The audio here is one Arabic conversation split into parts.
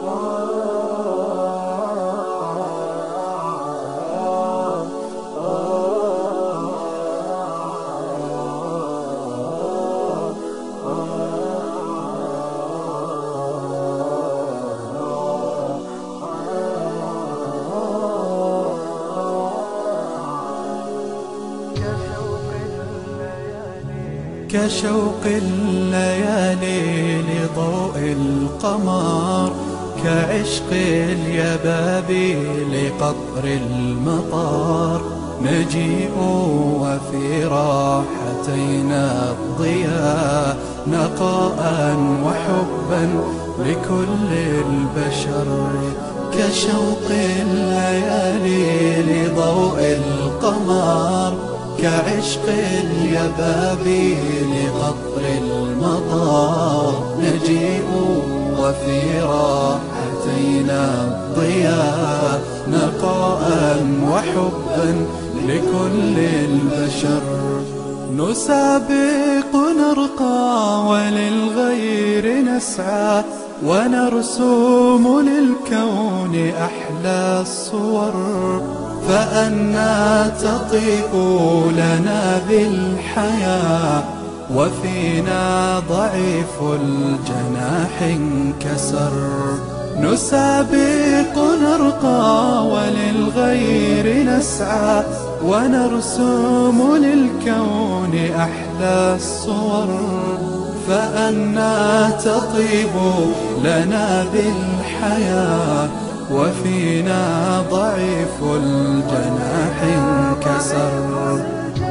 كشوق الليالي لضوء القمر، كعشق اليبابي لقطر المطار، نجيء وفي راحتينا الضياء، نقاء وحبا لكل البشر. كشوق الليالي لضوء القمر، كعشق اليبابي لقطر المطار، نجيء وفي راحتينا الضياء، نقاء وحبا لكل البشر. نسابق نرقى وللغير نسعى، ونرسم للكون أحلى الصور، فأنا تطيب لنا بالحياة، وفينا ضعيف الجناح انكسر. نسابق نرقى وللغير نسعى، ونرسم للكون أحلى الصور، فأنا تطيب لنا بالحياة، وفينا ضعيف الجناح انكسر.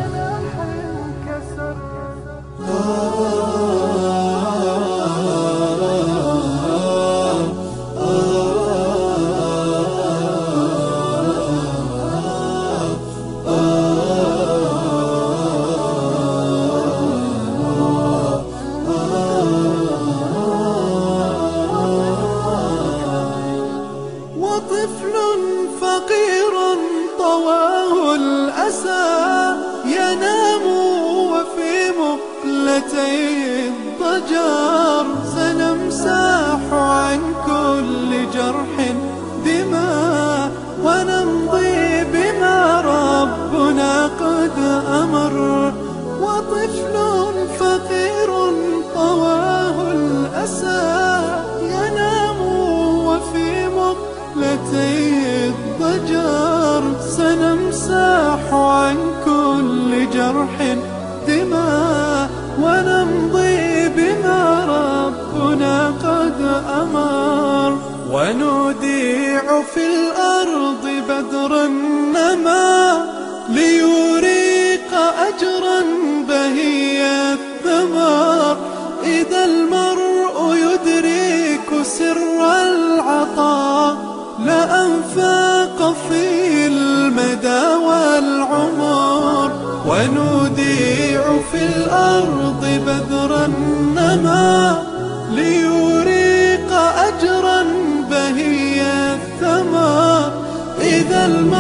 وطفل فقير طواه الأسى، ينام وفي مقلتيه الضجر، سنمسح عن كل جرح دماء، ونمضي بما ربنا قد أمر. وطفل فقير طواه الأسى، ينام وفي مقلتيه الضجر، سنمسح عن كل جرح دماء، ونمضي بما ربنا قد أمر. ونوديع في الأرض بدر النما، ليريق أجرا بهي الثمر، إذا المرء يدرك سر العطاء، لأنفاق في المدى والعمر. ونوديع في الأرض بذر النما، ليريق أجرا بهي الثمر، إذا